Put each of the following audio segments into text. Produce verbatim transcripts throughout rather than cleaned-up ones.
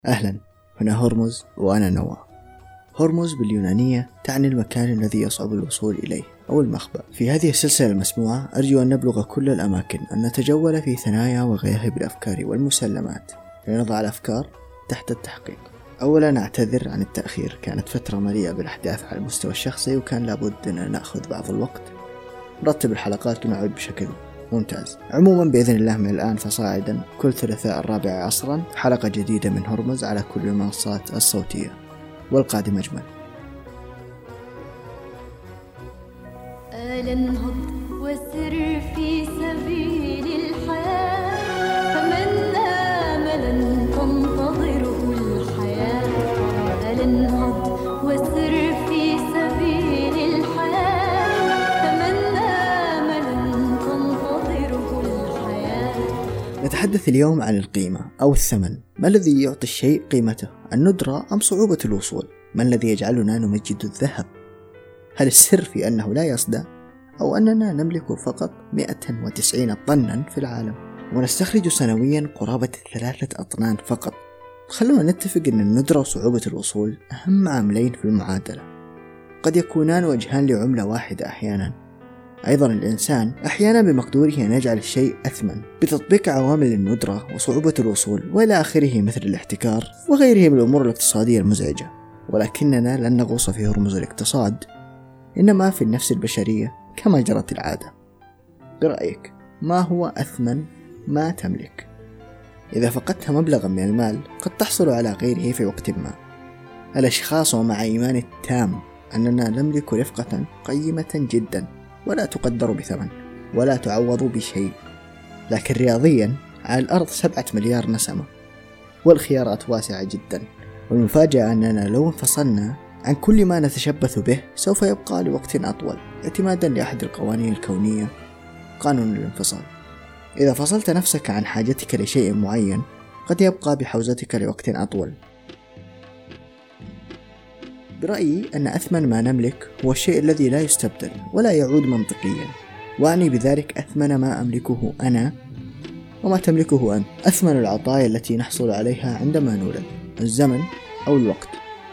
أهلا، هنا هرمز وأنا نواف. هرمز باليونانية تعني المكان الذي يصعب الوصول إليه أو المخبأ. في هذه السلسلة المسموعة أرجو أن نبلغ كل الأماكن، أن نتجول في ثنايا وغياهب الأفكار والمسلمات لنضع الأفكار تحت التحقيق. أولا أعتذر عن التأخير، كانت فترة مليئة بالأحداث على المستوى الشخصي وكان لابد أن نأخذ بعض الوقت نرتب الحلقات ونعود بشكل ممتاز. عموما بإذن الله من الآن فصاعدا كل ثلاثاء الرابع عصرا حلقة جديدة من هرمز على كل المنصات الصوتية، والقادم أجمل. آل انهض وسر في سبيل الحياة، فمن آمل أن تنتظره الحياة. آل انهض وسر في سبيل الحياة، فمن آمل أن تنتظره الحياة. نتحدث اليوم عن القيمة أو الثمن. ما الذي يعطي الشيء قيمته؟ الندرة أم صعوبة الوصول؟ ما الذي يجعلنا نمجد الذهب؟ هل السر في أنه لا يصدأ، أو أننا نملك فقط مئة وتسعين طنا في العالم ونستخرج سنويا قرابة ثلاثة أطنان فقط؟ خلونا نتفق أن الندرة وصعوبة الوصول أهم عاملين في المعادلة، قد يكونان وجهان لعملة واحدة أحيانا. أيضا الإنسان أحيانا بمقدوره أن يجعل الشيء أثمن بتطبيق عوامل الندرة وصعوبة الوصول وإلى آخره، مثل الاحتكار وغيره من الأمور الاقتصادية المزعجة. ولكننا لن نغوص في هرمز الاقتصاد، إنما في النفس البشرية كما جرت العادة. برأيك ما هو أثمن ما تملك؟ إذا فقدت مبلغا من المال قد تحصل على غيره في وقت ما. الأشخاص ومع إيمان التام أننا نملك رفقة قيمة جدا ولا تقدر بثمن ولا تعوض بشيء، لكن رياضيا على الأرض سبعة مليار نسمة والخيارات واسعة جدا. والمفاجأة أننا لو انفصلنا عن كل ما نتشبث به سوف يبقى لوقت أطول، اعتمادا لأحد القوانين الكونية، قانون الانفصال. إذا فصلت نفسك عن حاجتك لشيء معين قد يبقى بحوزتك لوقت أطول. برأيي أن أثمن ما نملك هو الشيء الذي لا يستبدل ولا يعود منطقيا، وأعني بذلك أثمن ما أملكه أنا وما تملكه أنت. أثمن العطايا التي نحصل عليها عندما نولد، الزمن أو الوقت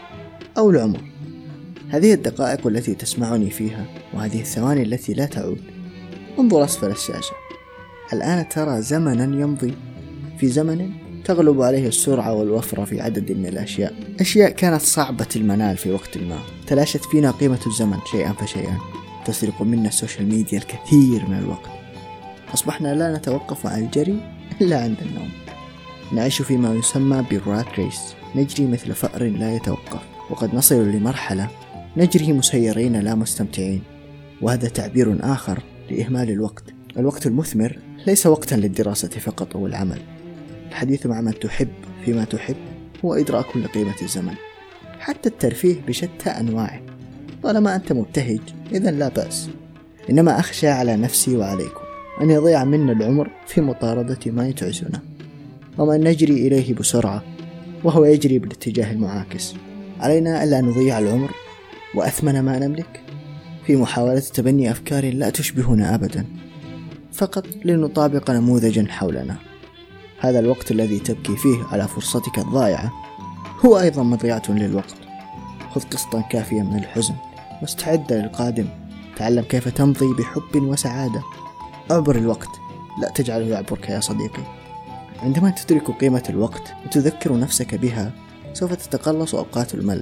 أو العمر. هذه الدقائق التي تسمعني فيها وهذه الثواني التي لا تعود. انظر أسفل الشاشة الآن ترى زمنا يمضي في زمن تغلب عليه السرعة والوفرة في عدد من الأشياء. أشياء كانت صعبة المنال في وقت ما تلاشت فينا قيمة الزمن شيئا فشيئا. تسرق منا السوشيال ميديا الكثير من الوقت. أصبحنا لا نتوقف عن الجري إلا عند النوم. نعيش فيما يسمى بالرات ريس، نجري مثل فأر لا يتوقف، وقد نصل لمرحلة نجري مسيرين لا مستمتعين. وهذا تعبير آخر لإهمال الوقت. الوقت المثمر ليس وقتا للدراسة فقط أو العمل. الحديث مع من تحب فيما تحب هو إدراك لقيمة الزمن. حتى الترفيه بشتى أنواعه، طالما أنت مبتهج إذن لا بأس. إنما أخشى على نفسي وعليكم أن يضيع منا العمر في مطاردة ما يتعسنا، وما نجري إليه بسرعة وهو يجري بالاتجاه المعاكس. علينا ألا نضيع العمر وأثمن ما نملك في محاولة تبني أفكار لا تشبهنا أبدا، فقط لنطابق نموذجا حولنا. هذا الوقت الذي تبكي فيه على فرصتك الضائعة هو أيضا مضيعة للوقت. خذ قسطا كافيا من الحزن واستعد للقادم. تعلم كيف تمضي بحب وسعادة. أعبر الوقت، لا تجعله يعبرك يا صديقي. عندما تدرك قيمة الوقت وتذكر نفسك بها سوف تتقلص أوقات الملل،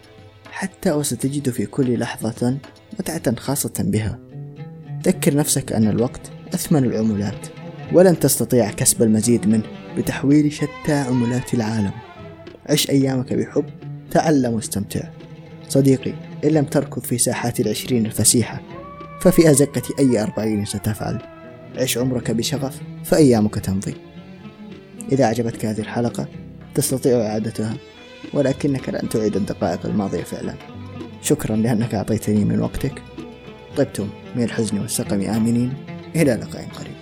حتى وستجد في كل لحظة متعة خاصة بها. ذكر نفسك أن الوقت أثمن العملات، ولن تستطيع كسب المزيد منه بتحويل شتى عملات العالم. عش أيامك بحب، تعلم واستمتع. صديقي، إن لم تركض في ساحات العشرين الفسيحة ففي أزقة أي أربعين ستفعل. عش عمرك بشغف فأيامك تمضي. إذا أعجبتك هذه الحلقة تستطيع إعادتها، ولكنك لن تعيد الدقائق الماضية فعلا. شكرا لأنك أعطيتني من وقتك. طبتم من الحزن والسقم آمنين. إلى لقاء قريب.